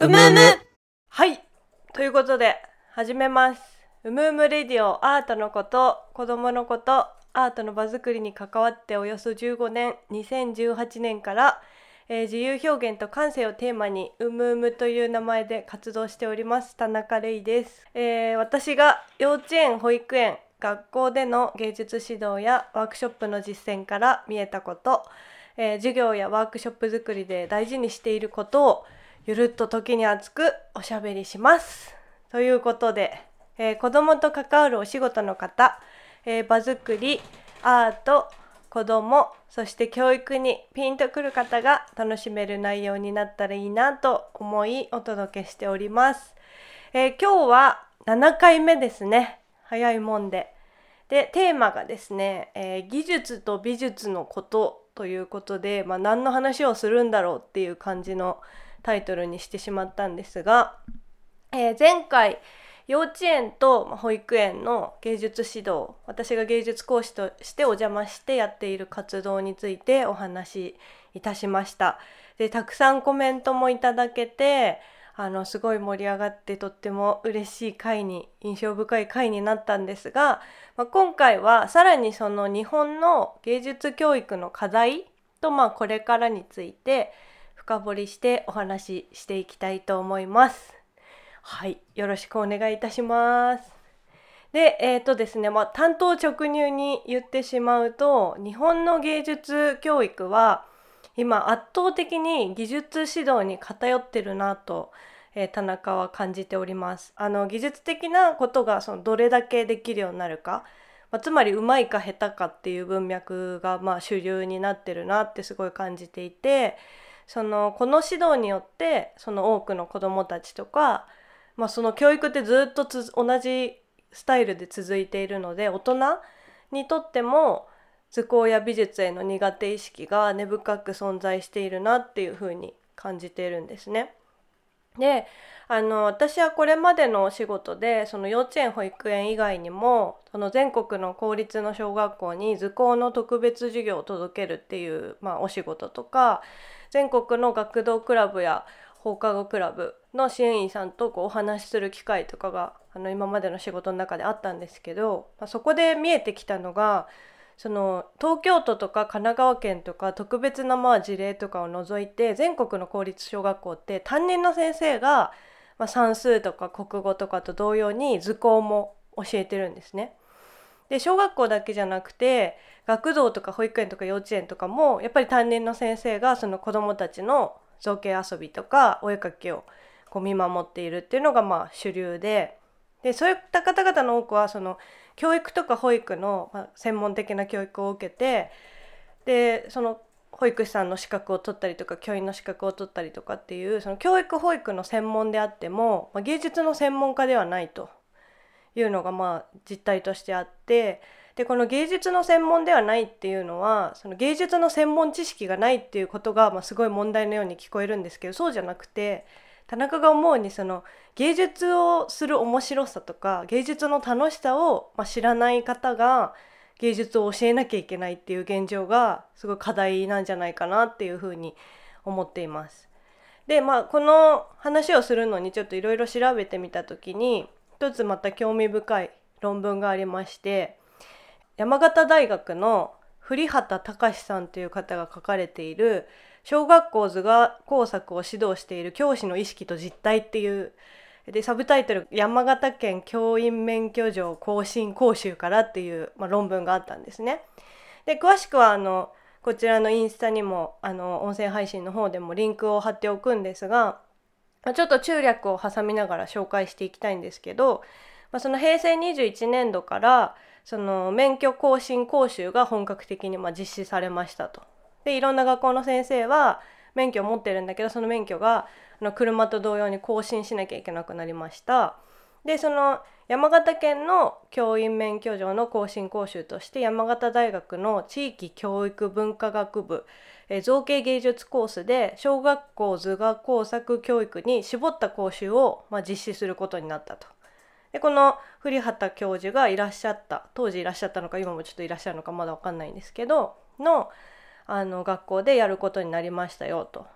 うむうむ。 はい、ということで始めます。うむうむレディオ、アートのこと、子供のこと、アートの場作りに関わっておよそ15年、2018年から、自由表現と感性をテーマにうむうむという名前で活動しております田中玲です。私が幼稚園、保育園、学校での芸術指導やワークショップの実践から見えたこと、授業やワークショップ作りで大事にしていることをゆるっと時に熱くおしゃべりします。ということで、子どもと関わるお仕事の方、場作り、アート、子ども、そして教育にピンとくる方が楽しめる内容になったらいいなと思いお届けしております。今日は7回目ですね。早いもんで。で、テーマがですね、技術と美術のことということで、何の話をするんだろうっていう感じのタイトルにしてしまったんですが、前回幼稚園と保育園の芸術指導、私が芸術講師としてお邪魔してやっている活動についてお話しいたしました。で、たくさんコメントもいただけて、すごい盛り上がってとっても嬉しい回に、印象深い回になったんですが、今回はさらにその日本の芸術教育の課題とこれからについて深掘りしてお話ししていきたいと思います。はい、よろしくお願いいたします。で、ですね、単刀直入に言ってしまうと、日本の芸術教育は今圧倒的に技術指導に偏ってるなと、田中は感じております。技術的なことがどれだけできるようになるか、つまりうまいか下手かっていう文脈が主流になってるなってすごい感じていて、この指導によって多くの子どもたちとか、その教育ってずっと同じスタイルで続いているので、大人にとっても図工や美術への苦手意識が根深く存在しているなっていうふうに感じているんですね。で、私はこれまでのお仕事でその幼稚園保育園以外にもその全国の公立の小学校に図工の特別授業を届けるっていう、お仕事とか、全国の学童クラブや放課後クラブの支援員さんとお話しする機会とかが今までの仕事の中であったんですけど、そこで見えてきたのが、その東京都とか神奈川県とか特別な事例とかを除いて、全国の公立小学校って担任の先生が、算数とか国語とかと同様に図工も教えてるんですね。で、小学校だけじゃなくて学童とか保育園とか幼稚園とかもやっぱり担任の先生がその子どもたちの造形遊びとかお絵かきを見守っているっていうのが主流で、そういった方々の多くはその教育とか保育の専門的な教育を受けて、でその保育士さんの資格を取ったりとか教員の資格を取ったりとかっていう、その教育保育の専門であっても、芸術の専門家ではないというのが実態としてあって、でこの芸術の専門ではないっていうのは、その芸術の専門知識がないっていうことがすごい問題のように聞こえるんですけど、そうじゃなくて、田中が思うにその芸術をする面白さとか芸術の楽しさを知らない方が芸術を教えなきゃいけないっていう現状がすごい課題なんじゃないかなっていうふうに思っています。で、この話をするのにちょっといろいろ調べてみた時に、一つまた興味深い論文がありまして、山形大学の栗畑隆さんという方が書かれている小学校図画工作を指導している教師の意識と実態っていう、でサブタイトル山形県教員免許状更新講習からっていう、論文があったんですね。で詳しくはこちらのインスタにも音声配信の方でもリンクを貼っておくんですが、ちょっと中略を挟みながら紹介していきたいんですけど、その平成21年度からその免許更新講習が本格的に実施されましたと。でいろんな学校の先生は免許を持ってるんだけど、その免許が車と同様に更新しなきゃいけなくなりました。でその山形県の教員免許状の更新講習として、山形大学の地域教育文化学部造形芸術コースで小学校図画工作教育に絞った講習を実施することになったと。でこの栗畑教授がいらっしゃった、当時いらっしゃったのか今もちょっといらっしゃるのかまだ分かんないんですけどの学校でやることになりましたよと。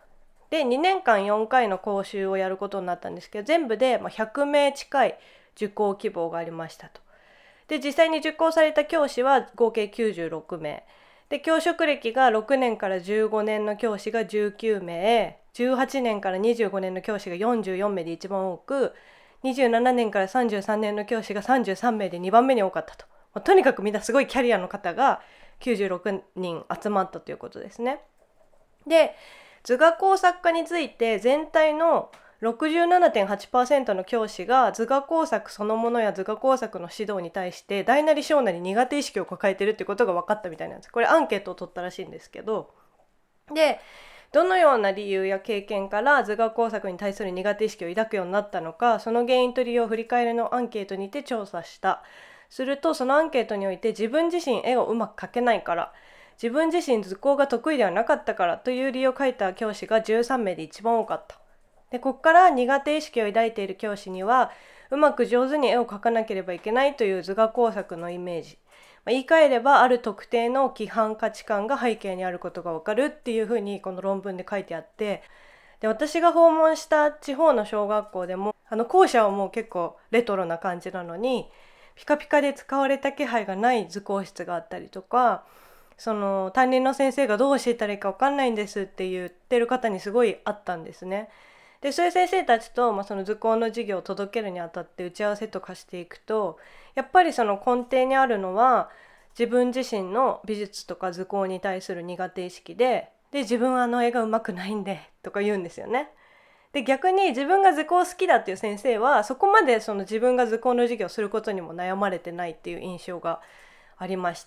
で2年間4回の講習をやることになったんですけど、全部で100名近い受講希望がありましたと。で実際に受講された教師は合計96名で、教職歴が6年から15年の教師が19名、18年から25年の教師が44名で一番多く、27年から33年の教師が33名で2番目に多かったと。とにかくみんなすごいキャリアの方が96人集まったということですね。で図画工作科について全体の 67.8% の教師が図画工作そのものや図画工作の指導に対して大なり小なり苦手意識を抱えているってことが分かったみたいなんです。これアンケートを取ったらしいんですけど、でどのような理由や経験から図画工作に対する苦手意識を抱くようになったのか、その原因と理由を振り返るのアンケートにて調査した。するとそのアンケートにおいて、自分自身絵をうまく描けないから、自分自身図工が得意ではなかったからという理由を書いた教師が13名で一番多かった。でここから苦手意識を抱いている教師には、うまく上手に絵を描かなければいけないという図画工作のイメージ、言い換えればある特定の規範価値観が背景にあることがわかるっていうふうにこの論文で書いてあって、で私が訪問した地方の小学校でも校舎はもう結構レトロな感じなのに、ピカピカで使われた気配がない図工室があったりとか、その担任の先生がどう教えたらいいか分かんないんですって言ってる方にすごいあったんですね。でそういう先生たちと、その図工の授業を届けるにあたって打ち合わせとかしていくと、やっぱりその根底にあるのは自分自身の美術とか図工に対する苦手意識で、自分は絵が上手くないんでとか言うんですよね。で逆に自分が図工好きだっていう先生はそこまでその自分が図工の授業をすることにも悩まれてないっていう印象がありました。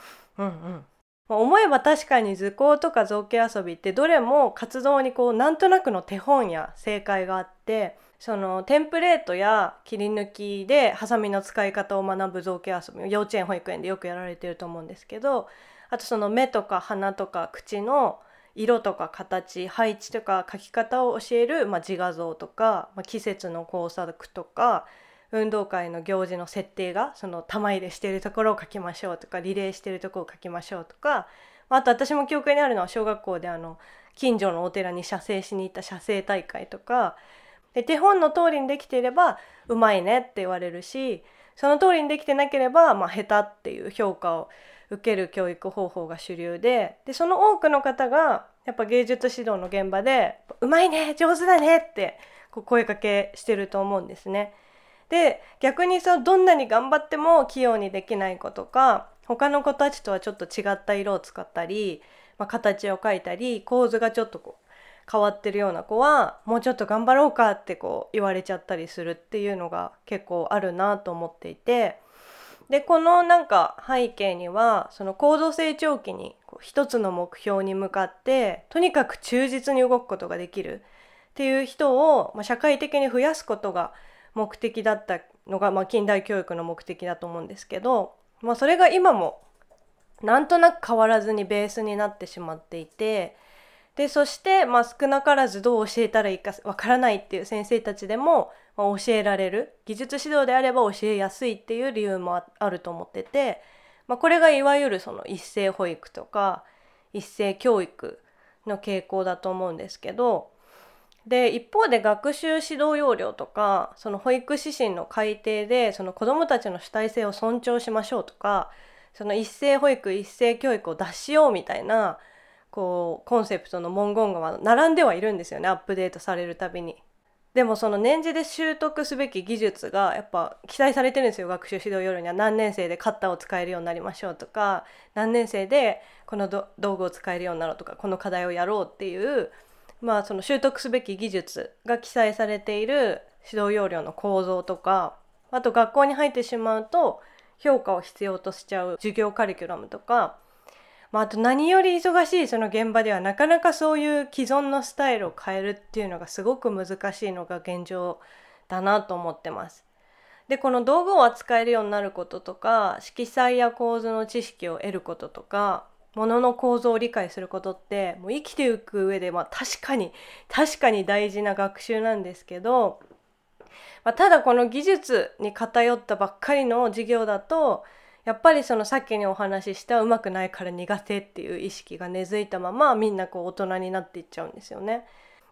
思えば確かに図工とか造形遊びってどれも活動になんとなくの手本や正解があって、そのテンプレートや切り抜きでハサミの使い方を学ぶ造形遊びを幼稚園保育園でよくやられてると思うんですけど、あとその目とか鼻とか口の色とか形、配置とか描き方を教える、自画像とか、季節の工作とか、運動会の行事の設定がその玉入れしているところを描きましょうとか、リレーしているところを描きましょうとか、あと私も記憶にあるのは小学校で近所のお寺に写生しに行った写生大会とかで、手本の通りにできていればうまいねって言われるし、その通りにできてなければ下手っていう評価を受ける教育方法が主流で、その多くの方がやっぱ芸術指導の現場でうまいね上手だねって声かけしてると思うんですね。で逆にどんなに頑張っても器用にできない子とか、他の子たちとはちょっと違った色を使ったり、形を描いたり構図がちょっと変わってるような子はもうちょっと頑張ろうかって言われちゃったりするっていうのが結構あるなと思っていて、でこの背景にはその高度成長期に一つの目標に向かってとにかく忠実に動くことができるっていう人を、社会的に増やすことが目的だったのが、近代教育の目的だと思うんですけど、それが今もなんとなく変わらずにベースになってしまっていて、でそして、少なからずどう教えたらいいかわからないっていう先生たちでも、教えられる、技術指導であれば教えやすいっていう理由もあると思ってて、これがいわゆるその一斉保育とか一斉教育の傾向だと思うんですけど、で一方で学習指導要領とかその保育指針の改定でその子どもたちの主体性を尊重しましょうとか、その一斉保育一斉教育を脱しようみたいなコンセプトの文言が並んではいるんですよね、アップデートされるたびに。でもその年次で習得すべき技術がやっぱ記載されてるんですよ。学習指導要領には何年生でカッターを使えるようになりましょうとか、何年生でこの道具を使えるようになろうとか、この課題をやろうっていうその習得すべき技術が記載されている指導要領の構造とか、あと学校に入ってしまうと評価を必要としちゃう授業カリキュラムとか、あと何より忙しいその現場ではなかなかそういう既存のスタイルを変えるっていうのがすごく難しいのが現状だなと思ってます。でこの道具を扱えるようになることとか、色彩や構図の知識を得ることとか、物の構造を理解することってもう生きていく上で確かに大事な学習なんですけど、ただこの技術に偏ったばっかりの授業だとやっぱりそのさっきにお話ししたうまくないから苦手っていう意識が根付いたままみんな大人になっていっちゃうんですよね。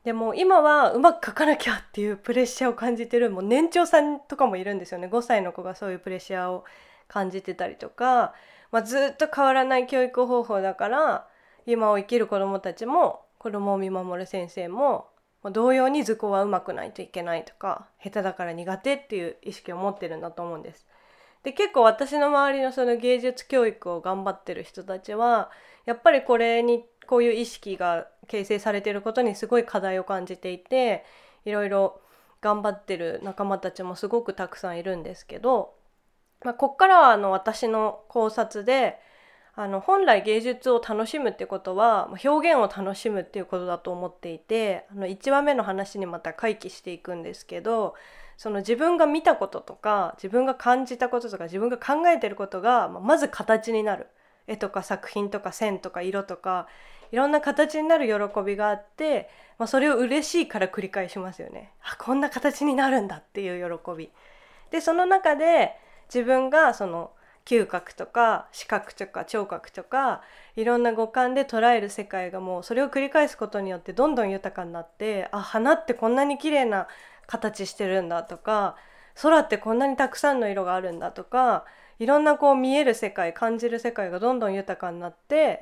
でも今はうまく書かなきゃっていうプレッシャーを感じてるもう年長さんとかもいるんですよね。5歳の子がそういうプレッシャーを感じてたりとか、ずっと変わらない教育方法だから今を生きる子どもたちも子どもを見守る先生も同様に図工はうまくないといけないとか、下手だから苦手っていう意識を持ってるんだと思うんです。で結構私の周りのその芸術教育を頑張ってる人たちはやっぱりこういう意識が形成されていることにすごい課題を感じていて、いろいろ頑張ってる仲間たちもすごくたくさんいるんですけど、こっからは私の考察で本来芸術を楽しむってことは表現を楽しむっていうことだと思っていて、1話目の話にまた回帰していくんですけど、その自分が見たこととか自分が感じたこととか自分が考えてることがまず形になる。絵とか作品とか線とか色とかいろんな形になる喜びがあって、それを嬉しいから繰り返しますよね。こんな形になるんだっていう喜びで、その中で自分がその嗅覚とか視覚とか聴覚とかいろんな五感で捉える世界がもうそれを繰り返すことによってどんどん豊かになって、花ってこんなに綺麗な形してるんだとか、空ってこんなにたくさんの色があるんだとか、いろんな見える世界感じる世界がどんどん豊かになって、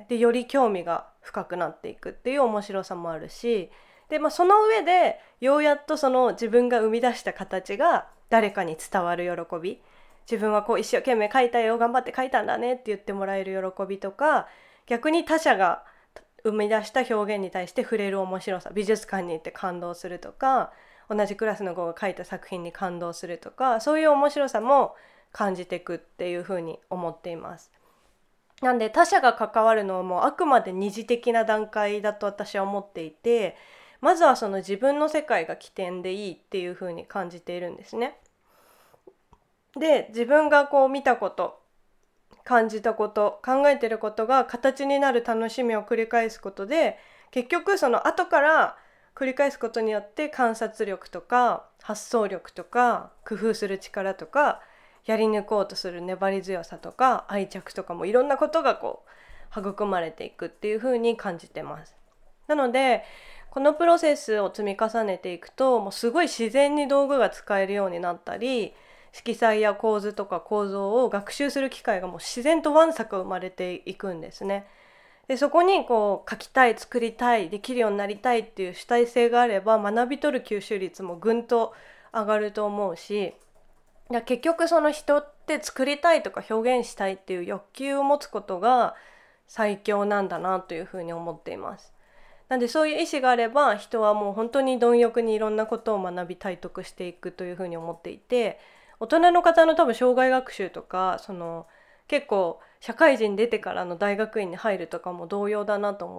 でより興味が深くなっていくっていう面白さもあるし、で、その上でようやっとその自分が生み出した形が誰かに伝わる喜び、自分は一生懸命描いたよ頑張って描いたんだねって言ってもらえる喜びとか、逆に他者が生み出した表現に対して触れる面白さ、美術館に行って感動するとか、同じクラスの子が描いた作品に感動するとか、そういう面白さも感じていくっていうふうに思っています。なんで他者が関わるのはもうあくまで二次的な段階だと私は思っていて、まずはその自分の世界が起点でいいっていうふうに感じているんですね。で自分が見たこと感じたこと考えてることが形になる楽しみを繰り返すことで、結局その後から繰り返すことによって観察力とか発想力とか工夫する力とかやり抜こうとする粘り強さとか愛着とかもいろんなことが育まれていくっていう風に感じてます。なのでこのプロセスを積み重ねていくともうすごい自然に道具が使えるようになったり、色彩や構図とか構造を学習する機会がもう自然とわんさか生まれていくんですね。でそこに描きたい作りたいできるようになりたいっていう主体性があれば学び取る吸収率もぐんと上がると思うし、結局その人って作りたいとか表現したいっていう欲求を持つことが最強なんだなというふうに思っています。なんでそういう意思があれば人はもう本当に貪欲にいろんなことを学び体得していくというふうに思っていて、大人の方の多分生涯学習とか結構社会人出てからの大学院に入るとかも同様だなと思って、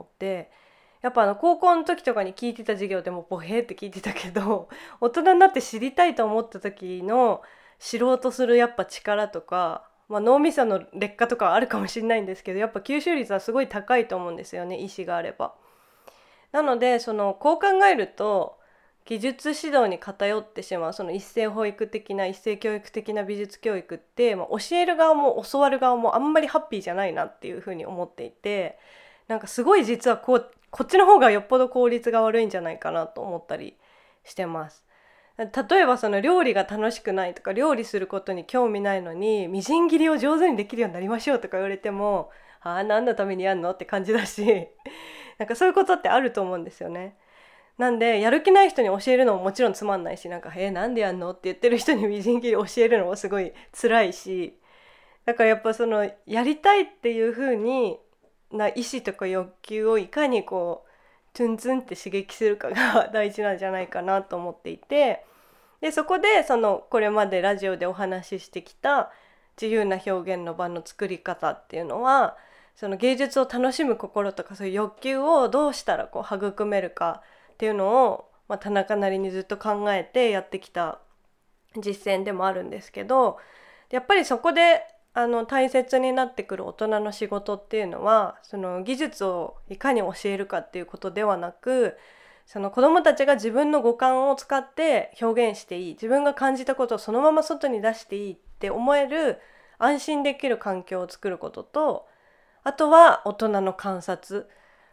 やっぱ高校の時とかに聞いてた授業でもボヘーって聞いてたけど、大人になって知りたいと思った時の知ろうとするやっぱ力とか、脳みその劣化とかはあるかもしれないんですけど、やっぱ吸収率はすごい高いと思うんですよね、意思があれば。なのでこう考えると技術指導に偏ってしまうその一斉保育的な一斉教育的な美術教育って、教える側も教わる側もあんまりハッピーじゃないなっていうふうに思っていて、なんかすごい実はこっちの方がよっぽど効率が悪いんじゃないかなと思ったりしてます。例えば料理が楽しくないとか料理することに興味ないのにみじん切りを上手にできるようになりましょうとか言われても、何のためにやんのって感じだしなんかそういうことってあると思うんですよね。なんでやる気ない人に教えるのももちろんつまんないし、なんでやんのって言ってる人にみじん切り教えるのもすごい辛いし、だからやっぱやりたいっていう風にな意志とか欲求をいかにトゥンツンって刺激するかが大事なんじゃないかなと思っていて、でそこでこれまでラジオでお話ししてきた自由な表現の場の作り方っていうのは、芸術を楽しむ心とかそういう欲求をどうしたら育めるかっていうのを、田中なりにずっと考えてやってきた実践でもあるんですけど、やっぱりそこで大切になってくる大人の仕事っていうのは技術をいかに教えるかっていうことではなく、子どもたちが自分の五感を使って表現していい、自分が感じたことをそのまま外に出していいって思える安心できる環境を作ることと、あとは大人の観察、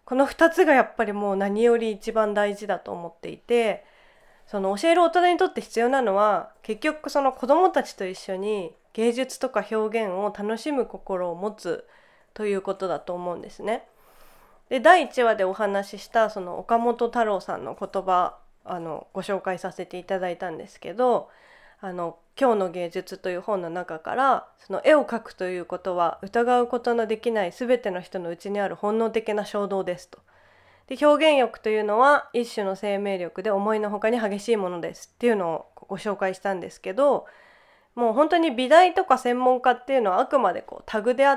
この2つがやっぱりもう何より一番大事だと思っていて、その教える大人にとって必要なのは結局その子どもたちと一緒に芸術とか表現を楽しむ心を持つということだと思うんですね。で第1話でお話ししたその岡本太郎さんの言葉ご紹介させていただいたんですけど、今日の芸術という本の中からその絵を描くということは疑うことのできない全ての人のうちにある本能的な衝動ですと。で表現欲というのは一種の生命力で思いのほかに激しいものですっていうのをご紹介したんですけど、もう本当に美大とか専門家っていうのはあくまでこうタグであって、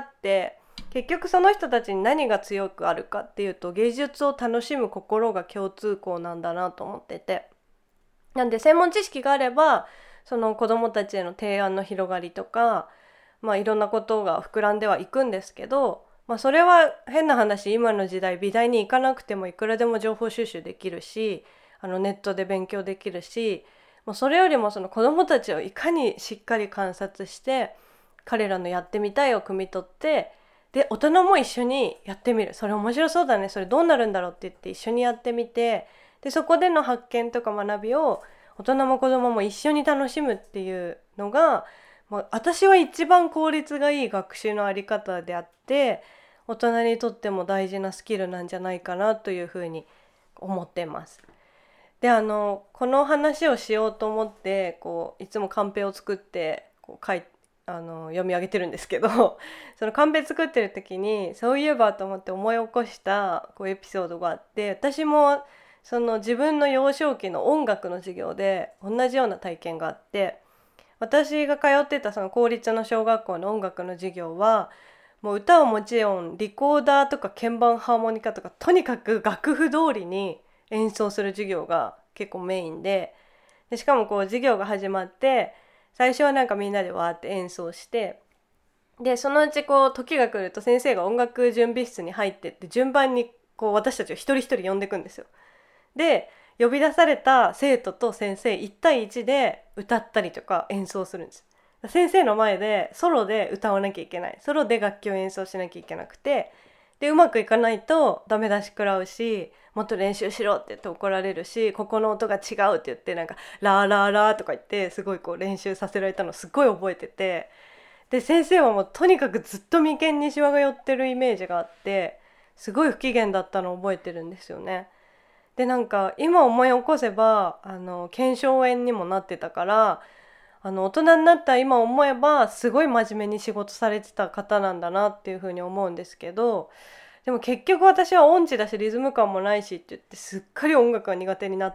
結局その人たちに何が強くあるかっていうと芸術を楽しむ心が共通項なんだなと思ってて、なんで専門知識があればその子どもたちへの提案の広がりとか、いろんなことが膨らんではいくんですけど、それは変な話今の時代美大に行かなくてもいくらでも情報収集できるし、ネットで勉強できるし、もうそれよりもその子どもたちをいかにしっかり観察して彼らのやってみたいを汲み取って、で大人も一緒にやってみる、それ面白そうだね、それどうなるんだろうって言って一緒にやってみて、でそこでの発見とか学びを大人も子どもも一緒に楽しむっていうのが、私は一番効率がいい学習のあり方であって、大人にとっても大事なスキルなんじゃないかなというふうに思ってます。でこの話をしようと思っていつもカンペを作って読み上げてるんですけどそのカンペ作ってる時にそういえばと思って思い起こしたエピソードがあって、私もその自分の幼少期の音楽の授業で同じような体験があって、私が通ってたその公立の小学校の音楽の授業はもう歌はもちろんリコーダーとか鍵盤ハーモニカとかとにかく楽譜通りに演奏する授業が結構メインで、しかも授業が始まって最初はなんかみんなでわーって演奏して、でそのうち時が来ると先生が音楽準備室に入ってって順番に私たちを一人一人呼んでいくんですよ。で呼び出された生徒と先生1対1で歌ったりとか演奏するんです。先生の前でソロで歌わなきゃいけない、ソロで楽器を演奏しなきゃいけなくて、でうまくいかないとダメ出し食らうし、もっと練習しろって言って怒られるし、ここの音が違うって言ってなんかラーラーラーとか言ってすごい練習させられたのすごい覚えてて、で先生はもうとにかくずっと眉間にシワが寄ってるイメージがあって、すごい不機嫌だったのを覚えてるんですよね。でなんか今思い起こせば腱鞘炎にもなってたから、大人になった今思えばすごい真面目に仕事されてた方なんだなっていうふうに思うんですけど、でも結局私は音痴だしリズム感もないしって言ってすっかり音楽が苦手になって、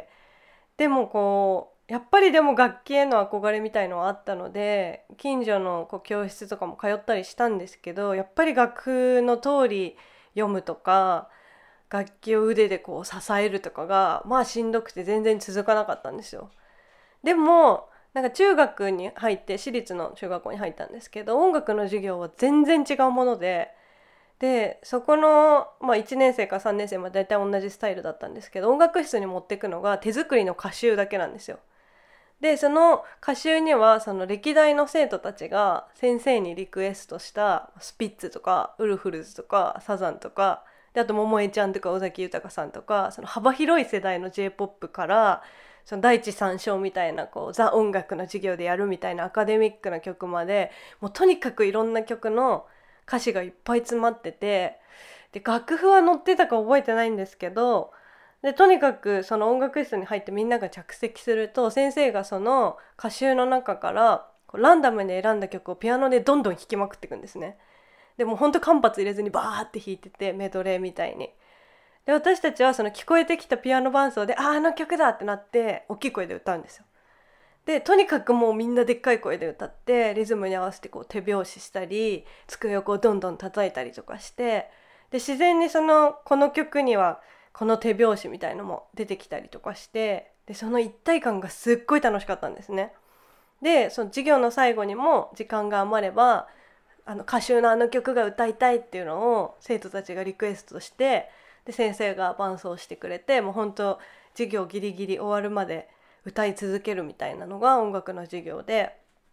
でもやっぱりでも楽器への憧れみたいのはあったので近所の教室とかも通ったりしたんですけど、やっぱり楽譜の通り読むとか楽器を腕で支えるとかがしんどくて全然続かなかったんですよ。でもなんか中学に入って私立の中学校に入ったんですけど、音楽の授業は全然違うものでそこの、1年生から3年生まで大体同じスタイルだったんですけど、音楽室に持ってくのが手作りの歌集だけなんですよ。でその歌集にはその歴代の生徒たちが先生にリクエストしたスピッツとかウルフルズとかサザンとかで、あと桃江ちゃんとか尾崎豊さんとか、その幅広い世代の J-POP からその第一三章みたいなザ音楽の授業でやるみたいなアカデミックな曲まで、もうとにかくいろんな曲の歌詞がいっぱい詰まってて、で楽譜は載ってたか覚えてないんですけど、でとにかくその音楽室に入ってみんなが着席すると先生がその歌集の中からランダムに選んだ曲をピアノでどんどん弾きまくっていくんですね。でも本当間髪入れずにバーって弾いててメドレーみたいに。で私たちはその聞こえてきたピアノ伴奏であの曲だってなって大きい声で歌うんですよ。でとにかくもうみんなでっかい声で歌ってリズムに合わせて手拍子したり机をどんどん叩いたりとかして、で自然にこの曲にはこの手拍子みたいのも出てきたりとかして、でその一体感がすっごい楽しかったんですね。でその授業の最後にも時間が余れば歌集のあの曲が歌いたいっていうのを生徒たちがリクエストして、で先生が伴奏してくれて、もう本当授業ギリギリ終わるまで歌い続けるみたいなのが音楽の授業で、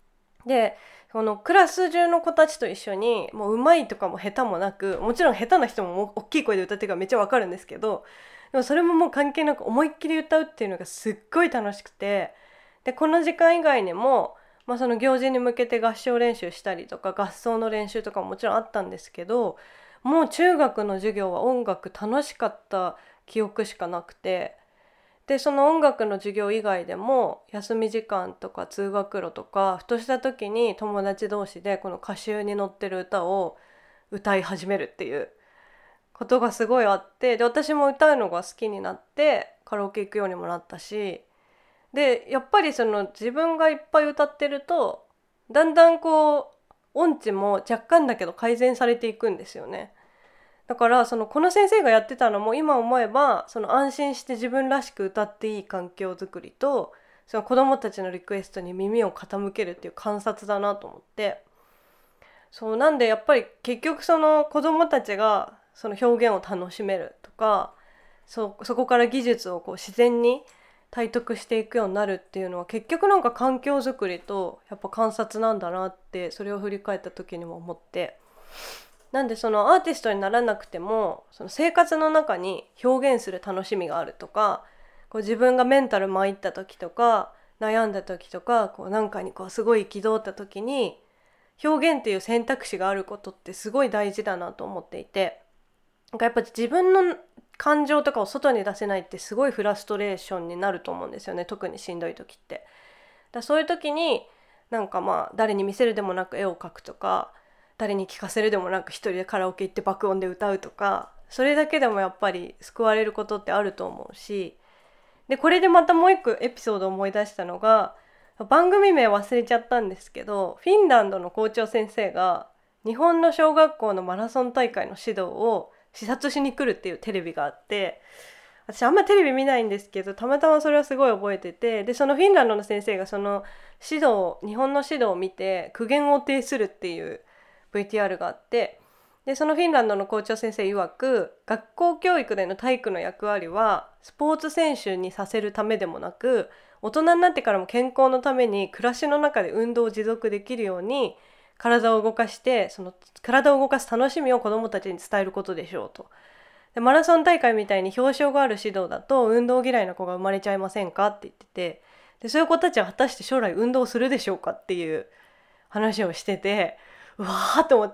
でこのクラス中の子たちと一緒にもう上手いとかも下手もなく、もちろん下手な人も大きい声で歌ってるからめっちゃわかるんですけど、でもそれももう関係なく思いっきり歌うっていうのがすっごい楽しくて、でこの時間以外にも、その行事に向けて合唱練習したりとか合奏の練習とかももちろんあったんですけど、もう中学の授業は音楽楽しかった記憶しかなくて、でその音楽の授業以外でも休み時間とか通学路とかふとした時に友達同士でこの歌集に載ってる歌を歌い始めるっていうことがすごいあって、で私も歌うのが好きになってカラオケ行くようにもなったし、でやっぱりその自分がいっぱい歌ってるとだんだんこう音痴も若干だけど改善されていくんですよね。だからこの先生がやってたのも今思えばその安心して自分らしく歌っていい環境づくりと、その子どもたちのリクエストに耳を傾けるっていう観察だなと思って、そうなんでやっぱり結局その子どもたちがその表現を楽しめるとか、そこから技術をこう自然に体得していくようになるっていうのは結局なんか環境づくりとやっぱ観察なんだなって、それを振り返った時にも思って、なんでそのアーティストにならなくてもその生活の中に表現する楽しみがあるとか、こう自分がメンタル参った時とか悩んだ時とかこうなんかにこうすごい憤った時に表現っていう選択肢があることってすごい大事だなと思っていて、なんかやっぱ自分の感情とかを外に出せないってすごいフラストレーションになると思うんですよね、特にしんどい時って。そういう時になんか誰に見せるでもなく絵を描くとか、誰に聞かせるでもなく一人でカラオケ行って爆音で歌うとか、それだけでもやっぱり救われることってあると思うし、でこれでまたもう一個エピソードを思い出したのが、番組名忘れちゃったんですけど、フィンランドの校長先生が日本の小学校のマラソン大会の指導を視察しに来るっていうテレビがあって、私あんまテレビ見ないんですけどたまたまそれはすごい覚えてて、でそのフィンランドの先生がその日本の指導を見て苦言を呈するっていうVTR があって、でそのフィンランドの校長先生曰く、学校教育での体育の役割はスポーツ選手にさせるためでもなく、大人になってからも健康のために暮らしの中で運動を持続できるように体を動かして、その体を動かす楽しみを子どもたちに伝えることでしょうと。でマラソン大会みたいに表彰がある指導だと運動嫌いな子が生まれちゃいませんかって言ってて、でそういう子たちは果たして将来運動するでしょうかっていう話をしてて、うわーと思って、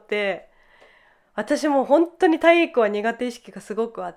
私も本当に体育は苦手意識がすごくあって、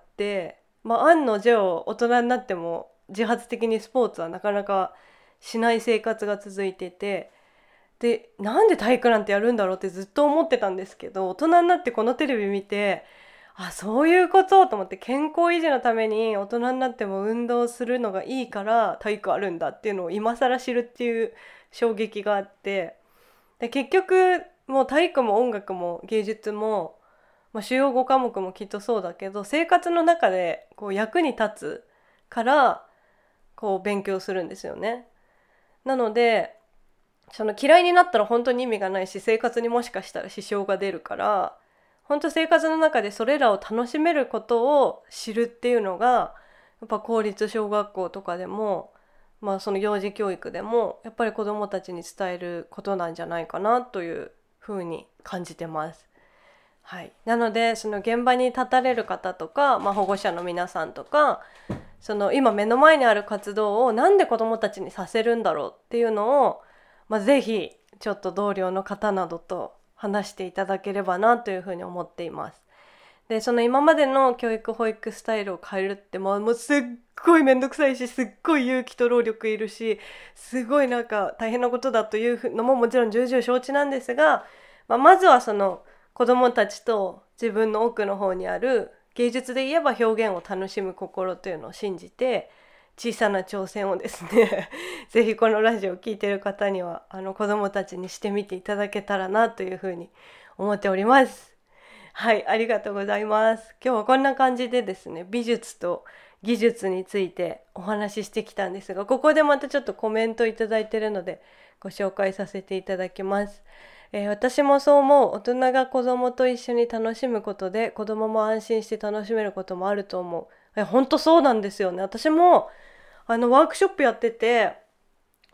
案の定大人になっても自発的にスポーツはなかなかしない生活が続いてて、でなんで体育なんてやるんだろうってずっと思ってたんですけど、大人になってこのテレビ見て、そういうことと思って、健康維持のために大人になっても運動するのがいいから体育あるんだっていうのを今更知るっていう衝撃があって、で結局もう体育も音楽も芸術も、主要5科目もきっとそうだけど、生活の中でこう役に立つからこう勉強するんですよね。なのでその嫌いになったら本当に意味がないし、生活にもしかしたら支障が出るから、本当生活の中でそれらを楽しめることを知るっていうのがやっぱ公立小学校とかでも、その幼児教育でもやっぱり子どもたちに伝えることなんじゃないかなというふうに感じてます。はい、なのでその現場に立たれる方とか、保護者の皆さんとか、その今目の前にある活動をなんで子どもたちにさせるんだろうっていうのを、ぜひちょっと同僚の方などと話していただければなというふうに思っています。でその今までの教育保育スタイルを変えるってもうすっごいめんどくさいし、すっごい勇気と労力いるし、すごいなんか大変なことだというのももちろん重々承知なんですが、まずはその子どもたちと自分の奥の方にある芸術で言えば表現を楽しむ心というのを信じて、小さな挑戦をですねぜひこのラジオを聞いている方には子どもたちにしてみていただけたらなというふうに思っております。はい、ありがとうございます。今日はこんな感じでですね、美術と技術についてお話ししてきたんですが、ここでまたちょっとコメントいただいているのでご紹介させていただきます。私もそう思う。大人が子供と一緒に楽しむことで子供も安心して楽しめることもあると思う。本当そうなんですよね。私もワークショップやってて、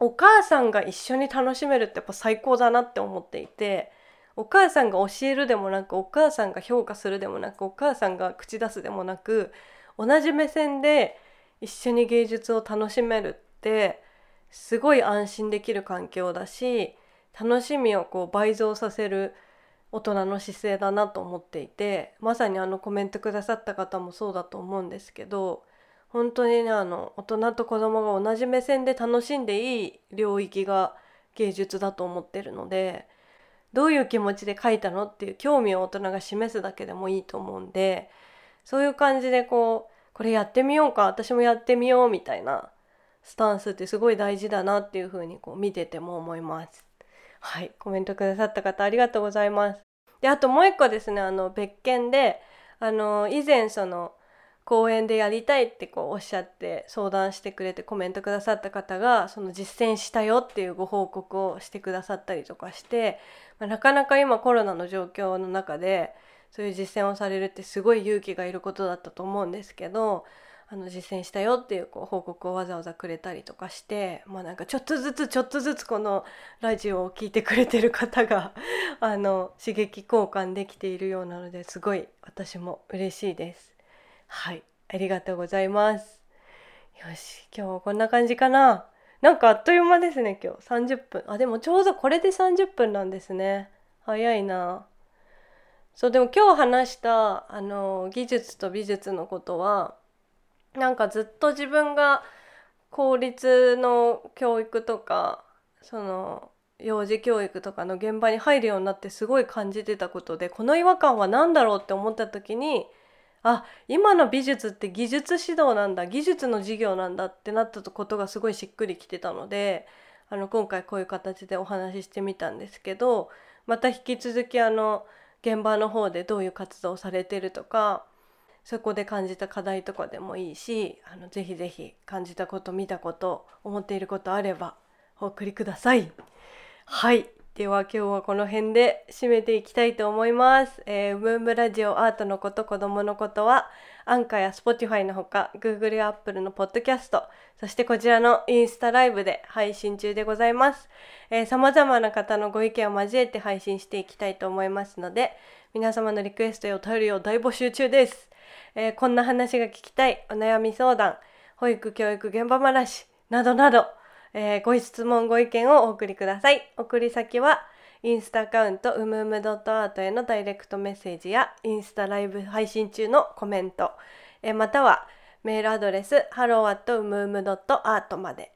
お母さんが一緒に楽しめるってやっぱ最高だなって思っていて、お母さんが教えるでもなく、お母さんが評価するでもなく、お母さんが口出すでもなく、同じ目線で一緒に芸術を楽しめるってすごい安心できる環境だし、楽しみをこう倍増させる大人の姿勢だなと思っていて、まさにコメントくださった方もそうだと思うんですけど、本当にね、大人と子供が同じ目線で楽しんでいい領域が芸術だと思ってるので、どういう気持ちで描いたのっていう興味を大人が示すだけでもいいと思うんで、そういう感じでこれやってみようか、私もやってみようみたいなスタンスってすごい大事だなっていうふうに見てても思います。はい、コメントくださった方ありがとうございます。で、あともう一個ですね、別件で以前公演でやりたいっておっしゃって相談してくれてコメントくださった方が実践したよっていうご報告をしてくださったりとかして、なかなか今コロナの状況の中でそういう実践をされるってすごい勇気がいることだったと思うんですけど、実践したよっていう報告をわざわざくれたりとかして、なんかちょっとずつこのラジオを聞いてくれてる方が刺激交換できているようなので、すごい私も嬉しいです。はい、ありがとうございます。よし、今日はこんな感じかな。なんかあっという間ですね、今日30分。あ、でもちょうどこれで30分なんですね。早いな。そう、でも今日話した技術と美術のことは、なんかずっと自分が公立の教育とか幼児教育とかの現場に入るようになってすごい感じてたことで、この違和感は何だろうって思った時に、今の美術って技術指導なんだ、技術の授業なんだってなったことがすごいしっくりきてたので、今回こういう形でお話ししてみたんですけど、また引き続き現場の方でどういう活動をされてるとか、そこで感じた課題とかでもいいし、ぜひぜひ感じたこと、見たこと、思っていることあればお送りください。はい、では今日はこの辺で締めていきたいと思います。ムームラジオアートのこと子供のことはアンカーや Spotify のほか Google や Apple のポッドキャスト、そしてこちらのインスタライブで配信中でございます。様々な方のご意見を交えて配信していきたいと思いますので、皆様のリクエストやお便りを大募集中です。こんな話が聞きたい、お悩み相談、保育教育現場話などなど、ご質問ご意見をお送りください。送り先はインスタアカウントうむむ .art へのダイレクトメッセージやインスタライブ配信中のコメント、またはメールアドレス hello@umum.art まで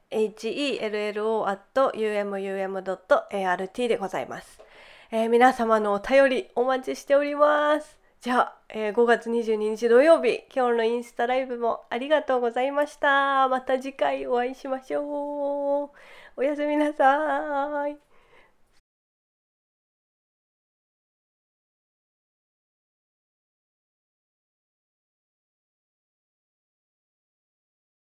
hello@umum.art でございます。皆様のお便りお待ちしております。じゃあ、5月22日土曜日、今日のインスタライブもありがとうございました。また次回お会いしましょう。おやすみなさい。